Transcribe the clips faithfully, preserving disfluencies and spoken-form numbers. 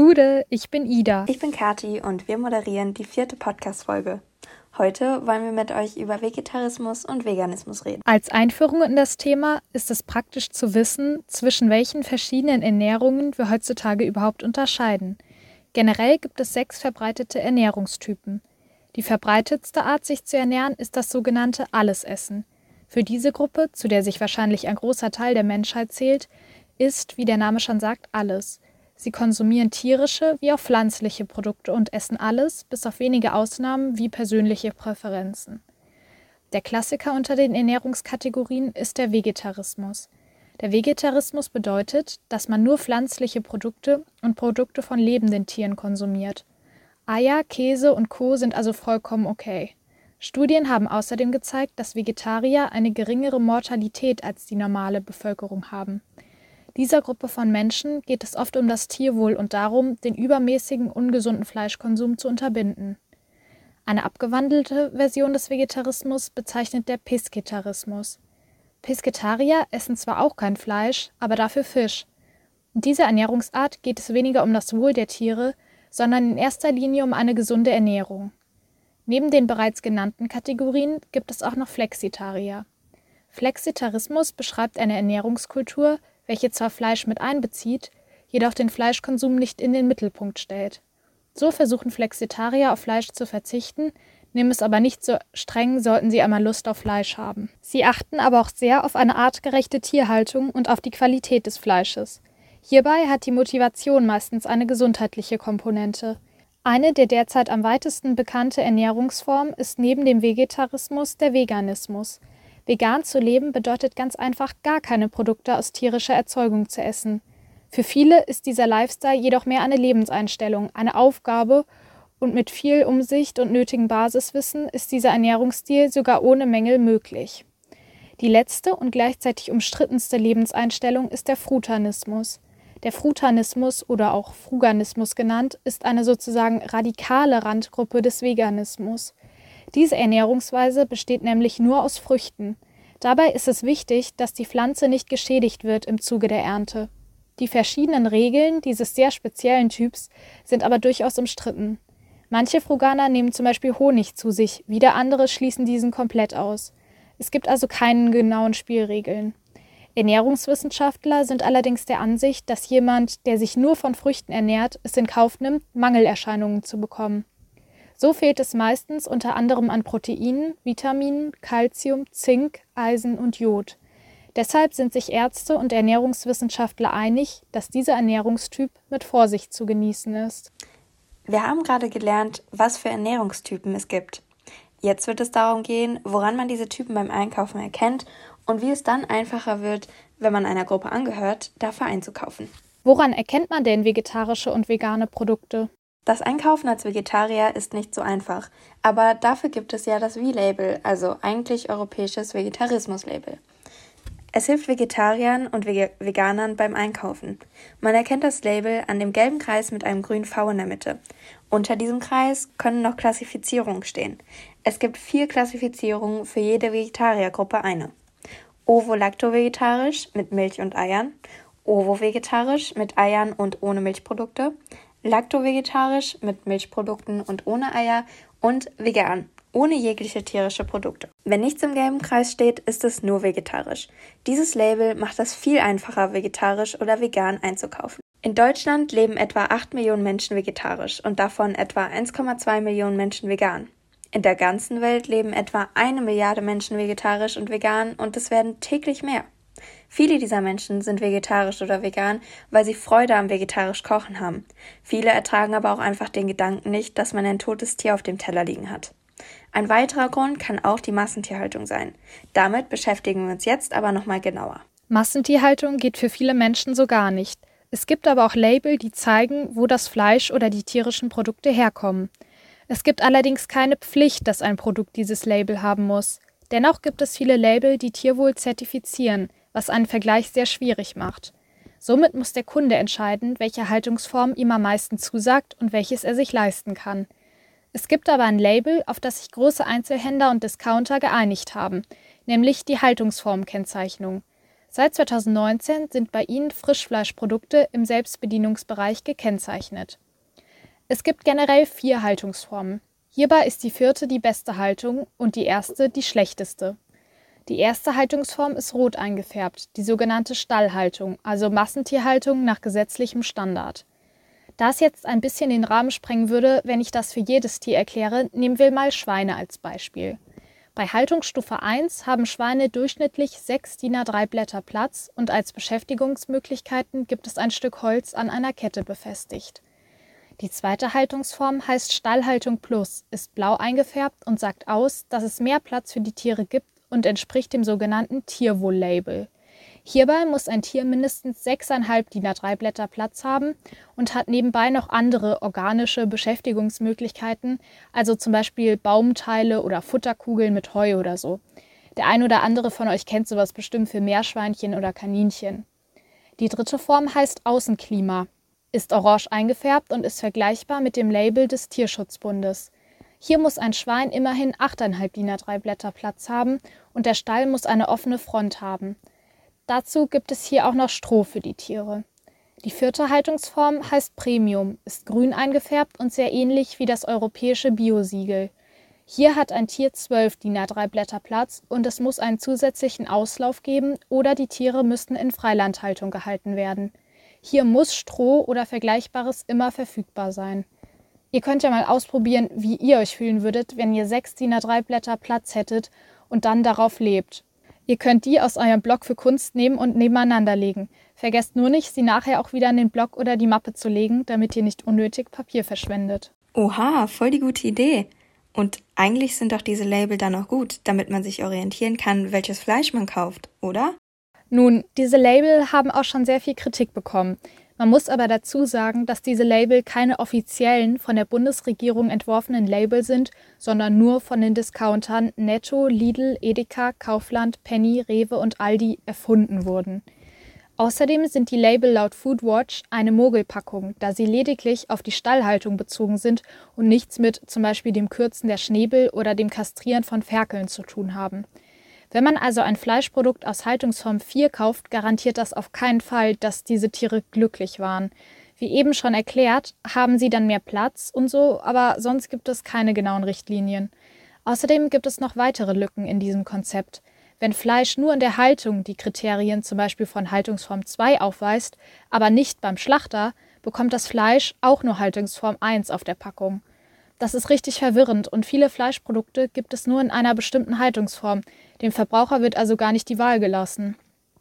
Gude, ich bin Ida. Ich bin Kati und wir moderieren die vierte Podcast-Folge. Heute wollen wir mit euch über Vegetarismus und Veganismus reden. Als Einführung in das Thema ist es praktisch zu wissen, zwischen welchen verschiedenen Ernährungen wir heutzutage überhaupt unterscheiden. Generell gibt es sechs verbreitete Ernährungstypen. Die verbreitetste Art, sich zu ernähren, ist das sogenannte Allesessen. Für diese Gruppe, zu der sich wahrscheinlich ein großer Teil der Menschheit zählt, ist, wie der Name schon sagt, alles. Sie konsumieren tierische wie auch pflanzliche Produkte und essen alles, bis auf wenige Ausnahmen wie persönliche Präferenzen. Der Klassiker unter den Ernährungskategorien ist der Vegetarismus. Der Vegetarismus bedeutet, dass man nur pflanzliche Produkte und Produkte von lebenden Tieren konsumiert. Eier, Käse und Co. sind also vollkommen okay. Studien haben außerdem gezeigt, dass Vegetarier eine geringere Mortalität als die normale Bevölkerung haben. Dieser Gruppe von Menschen geht es oft um das Tierwohl und darum, den übermäßigen ungesunden Fleischkonsum zu unterbinden. Eine abgewandelte Version des Vegetarismus bezeichnet der Pesketarismus. Pesketarier essen zwar auch kein Fleisch, aber dafür Fisch. In dieser Ernährungsart geht es weniger um das Wohl der Tiere, sondern in erster Linie um eine gesunde Ernährung. Neben den bereits genannten Kategorien gibt es auch noch Flexitarier. Flexitarismus beschreibt eine Ernährungskultur, welche zwar Fleisch mit einbezieht, jedoch den Fleischkonsum nicht in den Mittelpunkt stellt. So versuchen Flexitarier auf Fleisch zu verzichten, nehmen es aber nicht so streng, sollten sie einmal Lust auf Fleisch haben. Sie achten aber auch sehr auf eine artgerechte Tierhaltung und auf die Qualität des Fleisches. Hierbei hat die Motivation meistens eine gesundheitliche Komponente. Eine der derzeit am weitesten bekannte Ernährungsformen ist neben dem Vegetarismus der Veganismus. Vegan zu leben bedeutet ganz einfach, gar keine Produkte aus tierischer Erzeugung zu essen. Für viele ist dieser Lifestyle jedoch mehr eine Lebenseinstellung, eine Aufgabe, und mit viel Umsicht und nötigem Basiswissen ist dieser Ernährungsstil sogar ohne Mängel möglich. Die letzte und gleichzeitig umstrittenste Lebenseinstellung ist der Frutanismus. Der Frutanismus oder auch Fruganismus genannt, ist eine sozusagen radikale Randgruppe des Veganismus. Diese Ernährungsweise besteht nämlich nur aus Früchten. Dabei ist es wichtig, dass die Pflanze nicht geschädigt wird im Zuge der Ernte. Die verschiedenen Regeln dieses sehr speziellen Typs sind aber durchaus umstritten. Manche Fruganer nehmen zum Beispiel Honig zu sich, wieder andere schließen diesen komplett aus. Es gibt also keine genauen Spielregeln. Ernährungswissenschaftler sind allerdings der Ansicht, dass jemand, der sich nur von Früchten ernährt, es in Kauf nimmt, Mangelerscheinungen zu bekommen. So fehlt es meistens unter anderem an Proteinen, Vitaminen, Calcium, Zink, Eisen und Jod. Deshalb sind sich Ärzte und Ernährungswissenschaftler einig, dass dieser Ernährungstyp mit Vorsicht zu genießen ist. Wir haben gerade gelernt, was für Ernährungstypen es gibt. Jetzt wird es darum gehen, woran man diese Typen beim Einkaufen erkennt und wie es dann einfacher wird, wenn man einer Gruppe angehört, dafür einzukaufen. Woran erkennt man denn vegetarische und vegane Produkte? Das Einkaufen als Vegetarier ist nicht so einfach, aber dafür gibt es ja das V-Label, also eigentlich europäisches Vegetarismus-Label. Es hilft Vegetariern und Vege- Veganern beim Einkaufen. Man erkennt das Label an dem gelben Kreis mit einem grünen V in der Mitte. Unter diesem Kreis können noch Klassifizierungen stehen. Es gibt vier Klassifizierungen für jede Vegetariergruppe eine. Ovo-Lacto-vegetarisch mit Milch und Eiern, Ovo-vegetarisch mit Eiern und ohne Milchprodukte, Lacto-vegetarisch mit Milchprodukten und ohne Eier und vegan, ohne jegliche tierische Produkte. Wenn nichts im gelben Kreis steht, ist es nur vegetarisch. Dieses Label macht es viel einfacher, vegetarisch oder vegan einzukaufen. In Deutschland leben etwa acht Millionen Menschen vegetarisch und davon etwa eins Komma zwei Millionen Menschen vegan. In der ganzen Welt leben etwa eine Milliarde Menschen vegetarisch und vegan und es werden täglich mehr. Viele dieser Menschen sind vegetarisch oder vegan, weil sie Freude am vegetarisch Kochen haben. Viele ertragen aber auch einfach den Gedanken nicht, dass man ein totes Tier auf dem Teller liegen hat. Ein weiterer Grund kann auch die Massentierhaltung sein. Damit beschäftigen wir uns jetzt aber nochmal genauer. Massentierhaltung geht für viele Menschen so gar nicht. Es gibt aber auch Label, die zeigen, wo das Fleisch oder die tierischen Produkte herkommen. Es gibt allerdings keine Pflicht, dass ein Produkt dieses Label haben muss. Dennoch gibt es viele Label, die Tierwohl zertifizieren, was einen Vergleich sehr schwierig macht. Somit muss der Kunde entscheiden, welche Haltungsform ihm am meisten zusagt und welches er sich leisten kann. Es gibt aber ein Label, auf das sich große Einzelhändler und Discounter geeinigt haben, nämlich die Haltungsformkennzeichnung. Seit zweitausendneunzehn sind bei ihnen Frischfleischprodukte im Selbstbedienungsbereich gekennzeichnet. Es gibt generell vier Haltungsformen. Hierbei ist die vierte die beste Haltung und die erste die schlechteste. Die erste Haltungsform ist rot eingefärbt, die sogenannte Stallhaltung, also Massentierhaltung nach gesetzlichem Standard. Da es jetzt ein bisschen den Rahmen sprengen würde, wenn ich das für jedes Tier erkläre, nehmen wir mal Schweine als Beispiel. Bei Haltungsstufe eins haben Schweine durchschnittlich sechs D I N A drei Blätter Platz und als Beschäftigungsmöglichkeiten gibt es ein Stück Holz an einer Kette befestigt. Die zweite Haltungsform heißt Stallhaltung Plus, ist blau eingefärbt und sagt aus, dass es mehr Platz für die Tiere gibt und entspricht dem sogenannten Tierwohl-Label. Hierbei muss ein Tier mindestens sechs Komma fünf D I N A drei Blätter Platz haben und hat nebenbei noch andere organische Beschäftigungsmöglichkeiten, also zum Beispiel Baumteile oder Futterkugeln mit Heu oder so. Der ein oder andere von euch kennt sowas bestimmt für Meerschweinchen oder Kaninchen. Die dritte Form heißt Außenklima, ist orange eingefärbt und ist vergleichbar mit dem Label des Tierschutzbundes. Hier muss ein Schwein immerhin acht Komma fünf D I N A drei Blätter Platz haben und der Stall muss eine offene Front haben. Dazu gibt es hier auch noch Stroh für die Tiere. Die vierte Haltungsform heißt Premium, ist grün eingefärbt und sehr ähnlich wie das europäische Biosiegel. Hier hat ein Tier zwölf D I N A drei Blätter Platz und es muss einen zusätzlichen Auslauf geben oder die Tiere müssten in Freilandhaltung gehalten werden. Hier muss Stroh oder Vergleichbares immer verfügbar sein. Ihr könnt ja mal ausprobieren, wie ihr euch fühlen würdet, wenn ihr sechs D I N A drei Blätter Platz hättet und dann darauf lebt. Ihr könnt die aus eurem Blog für Kunst nehmen und nebeneinander legen. Vergesst nur nicht, sie nachher auch wieder in den Blog oder die Mappe zu legen, damit ihr nicht unnötig Papier verschwendet. Oha, voll die gute Idee. Und eigentlich sind doch diese Label dann auch gut, damit man sich orientieren kann, welches Fleisch man kauft, oder? Nun, diese Label haben auch schon sehr viel Kritik bekommen. Man muss aber dazu sagen, dass diese Label keine offiziellen, von der Bundesregierung entworfenen Label sind, sondern nur von den Discountern Netto, Lidl, Edeka, Kaufland, Penny, Rewe und Aldi erfunden wurden. Außerdem sind die Label laut Foodwatch eine Mogelpackung, da sie lediglich auf die Stallhaltung bezogen sind und nichts mit zum Beispiel dem Kürzen der Schnäbel oder dem Kastrieren von Ferkeln zu tun haben. Wenn man also ein Fleischprodukt aus Haltungsform vier kauft, garantiert das auf keinen Fall, dass diese Tiere glücklich waren. Wie eben schon erklärt, haben sie dann mehr Platz und so, aber sonst gibt es keine genauen Richtlinien. Außerdem gibt es noch weitere Lücken in diesem Konzept. Wenn Fleisch nur in der Haltung die Kriterien zum Beispiel von Haltungsform zwei aufweist, aber nicht beim Schlachter, bekommt das Fleisch auch nur Haltungsform eins auf der Packung. Das ist richtig verwirrend und viele Fleischprodukte gibt es nur in einer bestimmten Haltungsform. Dem Verbraucher wird also gar nicht die Wahl gelassen.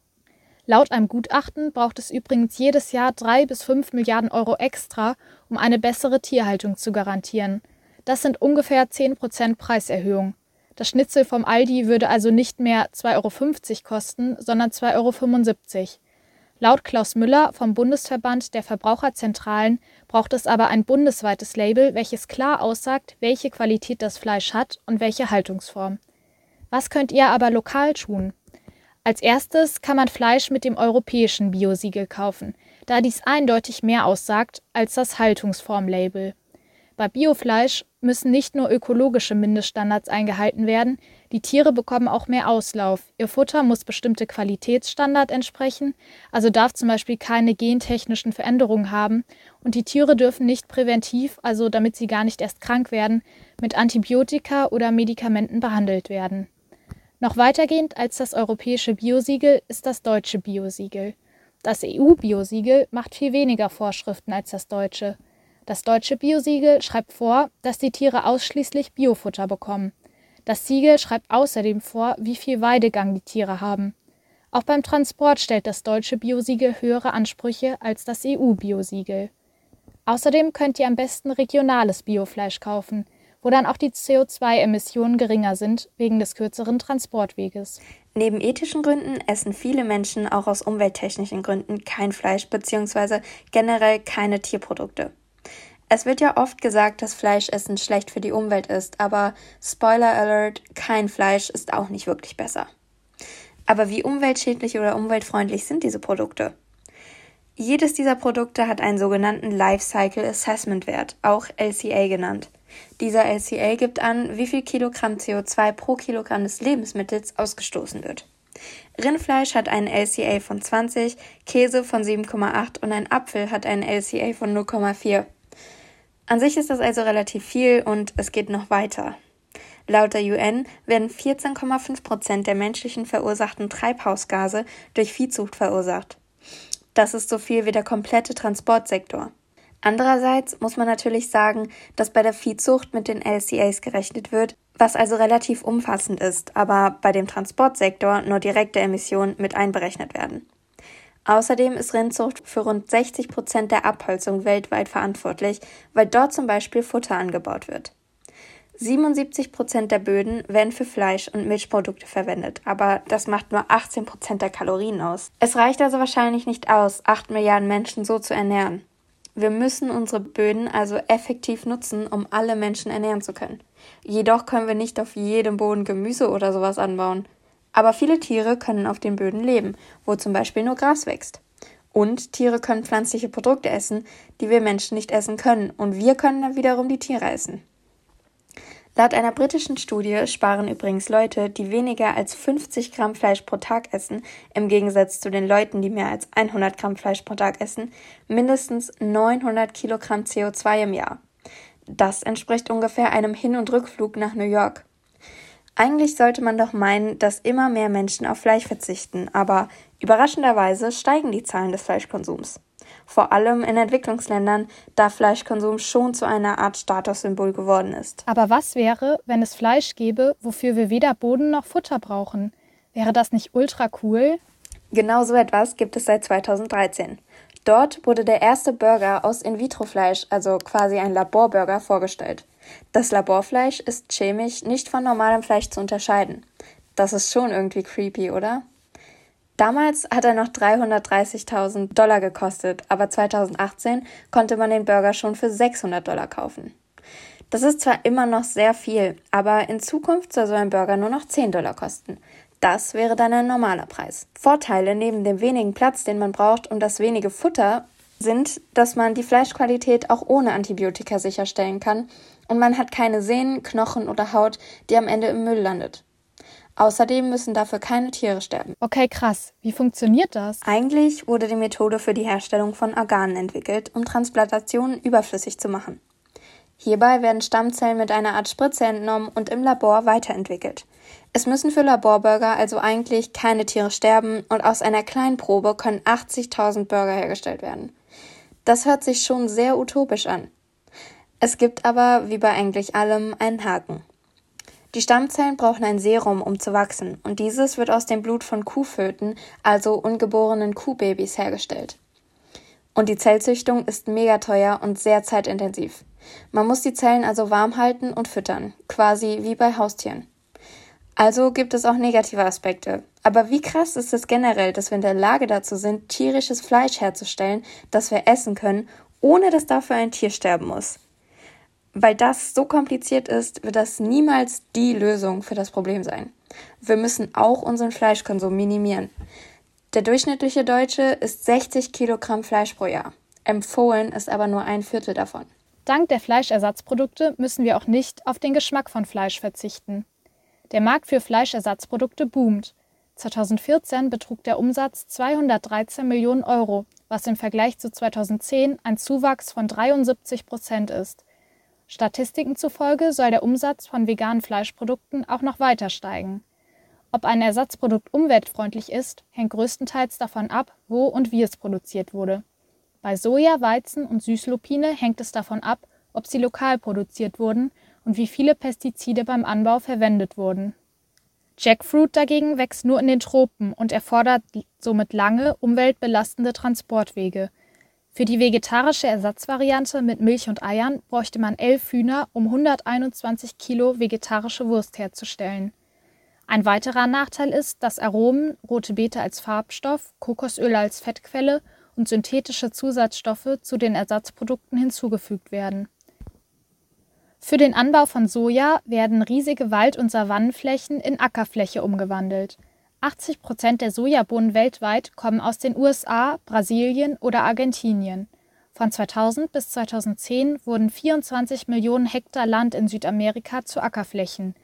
Laut einem Gutachten braucht es übrigens jedes Jahr drei bis fünf Milliarden Euro extra, um eine bessere Tierhaltung zu garantieren. Das sind ungefähr zehn Prozent Preiserhöhung. Das Schnitzel vom Aldi würde also nicht mehr zwei Euro fünfzig kosten, sondern zwei Euro fünfundsiebzig. Laut Klaus Müller vom Bundesverband der Verbraucherzentralen braucht es aber ein bundesweites Label, welches klar aussagt, welche Qualität das Fleisch hat und welche Haltungsform. Was könnt ihr aber lokal tun? Als erstes kann man Fleisch mit dem europäischen Biosiegel kaufen, da dies eindeutig mehr aussagt als das Haltungsformlabel. Bei Biofleisch müssen nicht nur ökologische Mindeststandards eingehalten werden, die Tiere bekommen auch mehr Auslauf. Ihr Futter muss bestimmte Qualitätsstandards entsprechen, also darf zum Beispiel keine gentechnischen Veränderungen haben und die Tiere dürfen nicht präventiv, also damit sie gar nicht erst krank werden, mit Antibiotika oder Medikamenten behandelt werden. Noch weitergehend als das europäische Biosiegel ist das deutsche Biosiegel. Das E U-Biosiegel macht viel weniger Vorschriften als das deutsche. Das deutsche Biosiegel schreibt vor, dass die Tiere ausschließlich Biofutter bekommen. Das Siegel schreibt außerdem vor, wie viel Weidegang die Tiere haben. Auch beim Transport stellt das deutsche Biosiegel höhere Ansprüche als das E U-Biosiegel. Außerdem könnt ihr am besten regionales Biofleisch kaufen, wo dann auch die C O zwei Emissionen geringer sind, wegen des kürzeren Transportweges. Neben ethischen Gründen essen viele Menschen auch aus umwelttechnischen Gründen kein Fleisch bzw. generell keine Tierprodukte. Es wird ja oft gesagt, dass Fleischessen schlecht für die Umwelt ist, aber Spoiler Alert, kein Fleisch ist auch nicht wirklich besser. Aber wie umweltschädlich oder umweltfreundlich sind diese Produkte? Jedes dieser Produkte hat einen sogenannten Lifecycle Assessment Wert, auch L C A genannt. Dieser L C A gibt an, wie viel Kilogramm C O zwei pro Kilogramm des Lebensmittels ausgestoßen wird. Rindfleisch hat einen L C A von zwanzig, Käse von sieben Komma acht und ein Apfel hat einen L C A von null Komma vier. An sich ist das also relativ viel und es geht noch weiter. Laut der U N werden vierzehn Komma fünf Prozent der menschlichen verursachten Treibhausgase durch Viehzucht verursacht. Das ist so viel wie der komplette Transportsektor. Andererseits muss man natürlich sagen, dass bei der Viehzucht mit den L C As gerechnet wird, was also relativ umfassend ist, aber bei dem Transportsektor nur direkte Emissionen mit einberechnet werden. Außerdem ist Rindzucht für rund sechzig Prozent der Abholzung weltweit verantwortlich, weil dort zum Beispiel Futter angebaut wird. siebenundsiebzig Prozent der Böden werden für Fleisch- und Milchprodukte verwendet, aber das macht nur achtzehn Prozent der Kalorien aus. Es reicht also wahrscheinlich nicht aus, acht Milliarden Menschen so zu ernähren. Wir müssen unsere Böden also effektiv nutzen, um alle Menschen ernähren zu können. Jedoch können wir nicht auf jedem Boden Gemüse oder sowas anbauen. Aber viele Tiere können auf den Böden leben, wo zum Beispiel nur Gras wächst. Und Tiere können pflanzliche Produkte essen, die wir Menschen nicht essen können. Und wir können dann wiederum die Tiere essen. Laut einer britischen Studie sparen übrigens Leute, die weniger als fünfzig Gramm Fleisch pro Tag essen, im Gegensatz zu den Leuten, die mehr als hundert Gramm Fleisch pro Tag essen, mindestens neunhundert Kilogramm C O zwei im Jahr. Das entspricht ungefähr einem Hin- und Rückflug nach New York. Eigentlich sollte man doch meinen, dass immer mehr Menschen auf Fleisch verzichten, aber überraschenderweise steigen die Zahlen des Fleischkonsums. Vor allem in Entwicklungsländern, da Fleischkonsum schon zu einer Art Statussymbol geworden ist. Aber was wäre, wenn es Fleisch gäbe, wofür wir weder Boden noch Futter brauchen? Wäre das nicht ultra cool? Genau so etwas gibt es seit zweitausenddreizehn. Dort wurde der erste Burger aus In-vitro-Fleisch, also quasi ein Laborburger, vorgestellt. Das Laborfleisch ist chemisch nicht von normalem Fleisch zu unterscheiden. Das ist schon irgendwie creepy, oder? Damals hat er noch dreihundertdreißigtausend Dollar gekostet, aber zweitausendachtzehn konnte man den Burger schon für sechshundert Dollar kaufen. Das ist zwar immer noch sehr viel, aber in Zukunft soll so ein Burger nur noch zehn Dollar kosten. Das wäre dann ein normaler Preis. Vorteile neben dem wenigen Platz, den man braucht, und das wenige Futter sind, dass man die Fleischqualität auch ohne Antibiotika sicherstellen kann und man hat keine Sehnen, Knochen oder Haut, die am Ende im Müll landet. Außerdem müssen dafür keine Tiere sterben. Okay, krass. Wie funktioniert das? Eigentlich wurde die Methode für die Herstellung von Organen entwickelt, um Transplantationen überflüssig zu machen. Hierbei werden Stammzellen mit einer Art Spritze entnommen und im Labor weiterentwickelt. Es müssen für Laborburger also eigentlich keine Tiere sterben und aus einer kleinen Probe können achtzigtausend Burger hergestellt werden. Das hört sich schon sehr utopisch an. Es gibt aber, wie bei eigentlich allem, einen Haken. Die Stammzellen brauchen ein Serum, um zu wachsen, und dieses wird aus dem Blut von Kuhföten, also ungeborenen Kuhbabys, hergestellt. Und die Zellzüchtung ist mega teuer und sehr zeitintensiv. Man muss die Zellen also warm halten und füttern, quasi wie bei Haustieren. Also gibt es auch negative Aspekte. Aber wie krass ist es generell, dass wir in der Lage dazu sind, tierisches Fleisch herzustellen, das wir essen können, ohne dass dafür ein Tier sterben muss? Weil das so kompliziert ist, wird das niemals die Lösung für das Problem sein. Wir müssen auch unseren Fleischkonsum minimieren. Der durchschnittliche Deutsche isst sechzig Kilogramm Fleisch pro Jahr. Empfohlen ist aber nur ein Viertel davon. Dank der Fleischersatzprodukte müssen wir auch nicht auf den Geschmack von Fleisch verzichten. Der Markt für Fleischersatzprodukte boomt. zweitausendvierzehn betrug der Umsatz zweihundertdreizehn Millionen Euro, was im Vergleich zu zweitausendzehn ein Zuwachs von dreiundsiebzig Prozent ist. Statistiken zufolge soll der Umsatz von veganen Fleischprodukten auch noch weiter steigen. Ob ein Ersatzprodukt umweltfreundlich ist, hängt größtenteils davon ab, wo und wie es produziert wurde. Bei Soja, Weizen und Süßlupine hängt es davon ab, ob sie lokal produziert wurden und wie viele Pestizide beim Anbau verwendet wurden. Jackfruit dagegen wächst nur in den Tropen und erfordert somit lange, umweltbelastende Transportwege. Für die vegetarische Ersatzvariante mit Milch und Eiern bräuchte man elf Hühner, um hunderteinundzwanzig Kilo vegetarische Wurst herzustellen. Ein weiterer Nachteil ist, dass Aromen, rote Beete als Farbstoff, Kokosöl als Fettquelle und synthetische Zusatzstoffe zu den Ersatzprodukten hinzugefügt werden. Für den Anbau von Soja werden riesige Wald- und Savannenflächen in Ackerfläche umgewandelt. achtzig Prozent der Sojabohnen weltweit kommen aus den U S A, Brasilien oder Argentinien. Von zweitausend bis zweitausendzehn wurden vierundzwanzig Millionen Hektar Land in Südamerika zu Ackerflächen.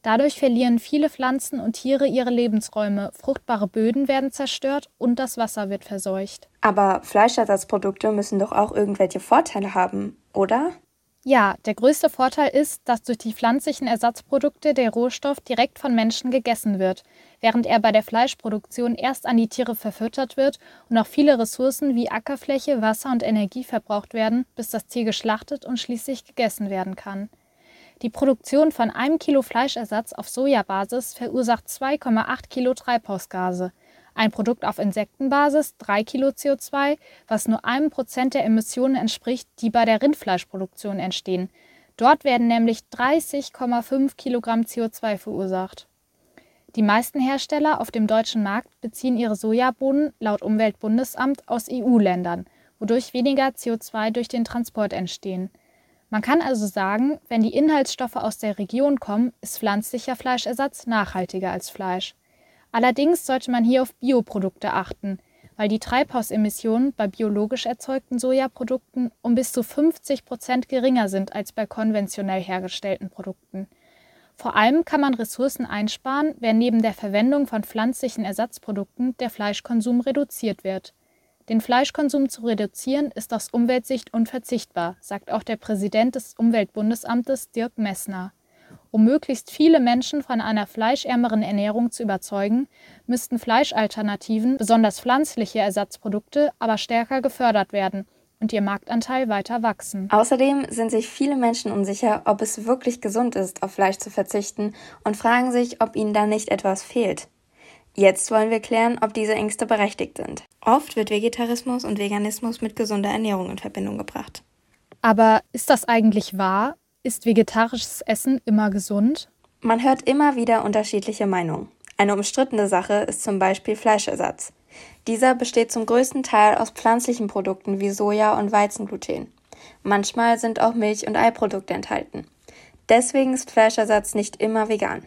Dadurch verlieren viele Pflanzen und Tiere ihre Lebensräume, fruchtbare Böden werden zerstört und das Wasser wird verseucht. Aber Fleischersatzprodukte müssen doch auch irgendwelche Vorteile haben, oder? Ja, der größte Vorteil ist, dass durch die pflanzlichen Ersatzprodukte der Rohstoff direkt von Menschen gegessen wird, während er bei der Fleischproduktion erst an die Tiere verfüttert wird und auch viele Ressourcen wie Ackerfläche, Wasser und Energie verbraucht werden, bis das Tier geschlachtet und schließlich gegessen werden kann. Die Produktion von einem Kilo Fleischersatz auf Sojabasis verursacht zwei Komma acht Kilo Treibhausgase, ein Produkt auf Insektenbasis drei Kilo C O zwei, was nur einem Prozent der Emissionen entspricht, die bei der Rindfleischproduktion entstehen. Dort werden nämlich dreißig Komma fünf Kilogramm C O zwei verursacht. Die meisten Hersteller auf dem deutschen Markt beziehen ihre Sojabohnen laut Umweltbundesamt aus E U-Ländern, wodurch weniger C O zwei durch den Transport entstehen. Man kann also sagen, wenn die Inhaltsstoffe aus der Region kommen, ist pflanzlicher Fleischersatz nachhaltiger als Fleisch. Allerdings sollte man hier auf Bioprodukte achten, weil die Treibhausemissionen bei biologisch erzeugten Sojaprodukten um bis zu fünfzig Prozent geringer sind als bei konventionell hergestellten Produkten. Vor allem kann man Ressourcen einsparen, wenn neben der Verwendung von pflanzlichen Ersatzprodukten der Fleischkonsum reduziert wird. Den Fleischkonsum zu reduzieren ist aus Umweltsicht unverzichtbar, sagt auch der Präsident des Umweltbundesamtes Dirk Messner. Um möglichst viele Menschen von einer fleischärmeren Ernährung zu überzeugen, müssten Fleischalternativen, besonders pflanzliche Ersatzprodukte, aber stärker gefördert werden und ihr Marktanteil weiter wachsen. Außerdem sind sich viele Menschen unsicher, ob es wirklich gesund ist, auf Fleisch zu verzichten und fragen sich, ob ihnen da nicht etwas fehlt. Jetzt wollen wir klären, ob diese Ängste berechtigt sind. Oft wird Vegetarismus und Veganismus mit gesunder Ernährung in Verbindung gebracht. Aber ist das eigentlich wahr? Ist vegetarisches Essen immer gesund? Man hört immer wieder unterschiedliche Meinungen. Eine umstrittene Sache ist zum Beispiel Fleischersatz. Dieser besteht zum größten Teil aus pflanzlichen Produkten wie Soja und Weizengluten. Manchmal sind auch Milch- und Eiprodukte enthalten. Deswegen ist Fleischersatz nicht immer vegan.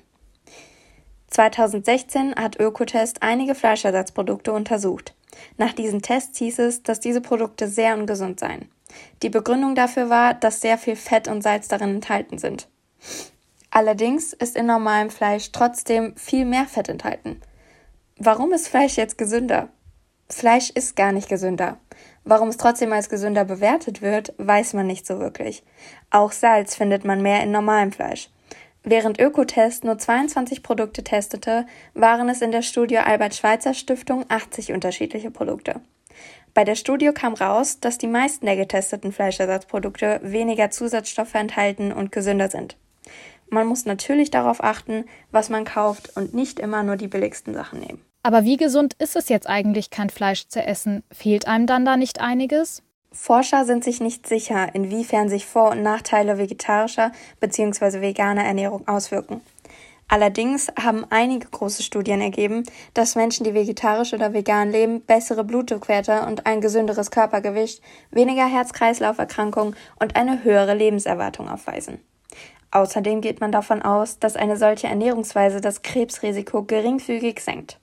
zweitausendsechzehn hat Ökotest einige Fleischersatzprodukte untersucht. Nach diesen Tests hieß es, dass diese Produkte sehr ungesund seien. Die Begründung dafür war, dass sehr viel Fett und Salz darin enthalten sind. Allerdings ist in normalem Fleisch trotzdem viel mehr Fett enthalten. Warum ist Fleisch jetzt gesünder? Fleisch ist gar nicht gesünder. Warum es trotzdem als gesünder bewertet wird, weiß man nicht so wirklich. Auch Salz findet man mehr in normalem Fleisch. Während Ökotest nur zweiundzwanzig Produkte testete, waren es in der Studie Albert-Schweitzer-Stiftung achtzig unterschiedliche Produkte. Bei der Studie kam raus, dass die meisten der getesteten Fleischersatzprodukte weniger Zusatzstoffe enthalten und gesünder sind. Man muss natürlich darauf achten, was man kauft und nicht immer nur die billigsten Sachen nehmen. Aber wie gesund ist es jetzt eigentlich, kein Fleisch zu essen? Fehlt einem dann da nicht einiges? Forscher sind sich nicht sicher, inwiefern sich Vor- und Nachteile vegetarischer bzw. veganer Ernährung auswirken. Allerdings haben einige große Studien ergeben, dass Menschen, die vegetarisch oder vegan leben, bessere Blutdruckwerte und ein gesünderes Körpergewicht, weniger Herz-Kreislauf-Erkrankungen und eine höhere Lebenserwartung aufweisen. Außerdem geht man davon aus, dass eine solche Ernährungsweise das Krebsrisiko geringfügig senkt.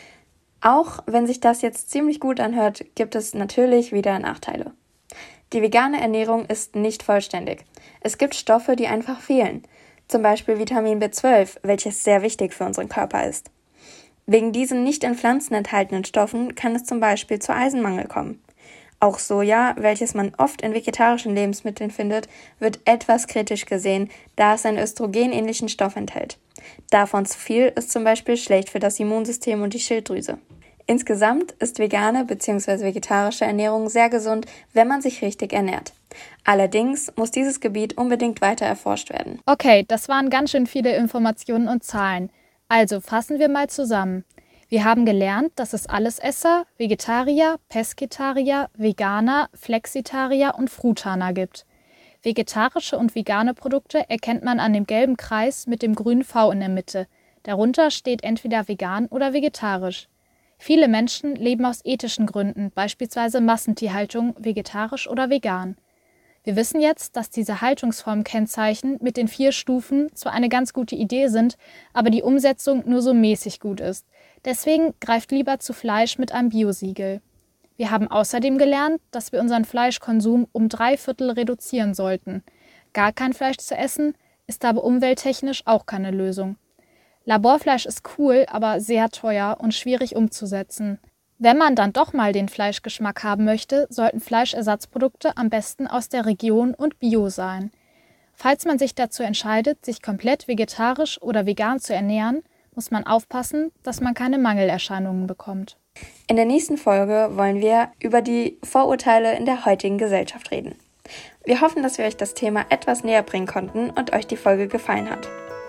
Auch wenn sich das jetzt ziemlich gut anhört, gibt es natürlich wieder Nachteile. Die vegane Ernährung ist nicht vollständig. Es gibt Stoffe, die einfach fehlen. Zum Beispiel Vitamin B zwölf, welches sehr wichtig für unseren Körper ist. Wegen diesen nicht in Pflanzen enthaltenen Stoffen kann es zum Beispiel zu Eisenmangel kommen. Auch Soja, welches man oft in vegetarischen Lebensmitteln findet, wird etwas kritisch gesehen, da es einen östrogenähnlichen Stoff enthält. Davon zu viel ist zum Beispiel schlecht für das Immunsystem und die Schilddrüse. Insgesamt ist vegane bzw. vegetarische Ernährung sehr gesund, wenn man sich richtig ernährt. Allerdings muss dieses Gebiet unbedingt weiter erforscht werden. Okay, das waren ganz schön viele Informationen und Zahlen. Also fassen wir mal zusammen. Wir haben gelernt, dass es Allesesser, Vegetarier, Pesketarier, Veganer, Flexitarier und Frutaner gibt. Vegetarische und vegane Produkte erkennt man an dem gelben Kreis mit dem grünen V in der Mitte. Darunter steht entweder vegan oder vegetarisch. Viele Menschen leben aus ethischen Gründen, beispielsweise Massentierhaltung, vegetarisch oder vegan. Wir wissen jetzt, dass diese Haltungsformkennzeichen mit den vier Stufen zwar eine ganz gute Idee sind, aber die Umsetzung nur so mäßig gut ist. Deswegen greift lieber zu Fleisch mit einem Biosiegel. Wir haben außerdem gelernt, dass wir unseren Fleischkonsum um drei Viertel reduzieren sollten. Gar kein Fleisch zu essen, ist aber umwelttechnisch auch keine Lösung. Laborfleisch ist cool, aber sehr teuer und schwierig umzusetzen. Wenn man dann doch mal den Fleischgeschmack haben möchte, sollten Fleischersatzprodukte am besten aus der Region und bio sein. Falls man sich dazu entscheidet, sich komplett vegetarisch oder vegan zu ernähren, muss man aufpassen, dass man keine Mangelerscheinungen bekommt. In der nächsten Folge wollen wir über die Vorurteile in der heutigen Gesellschaft reden. Wir hoffen, dass wir euch das Thema etwas näher bringen konnten und euch die Folge gefallen hat.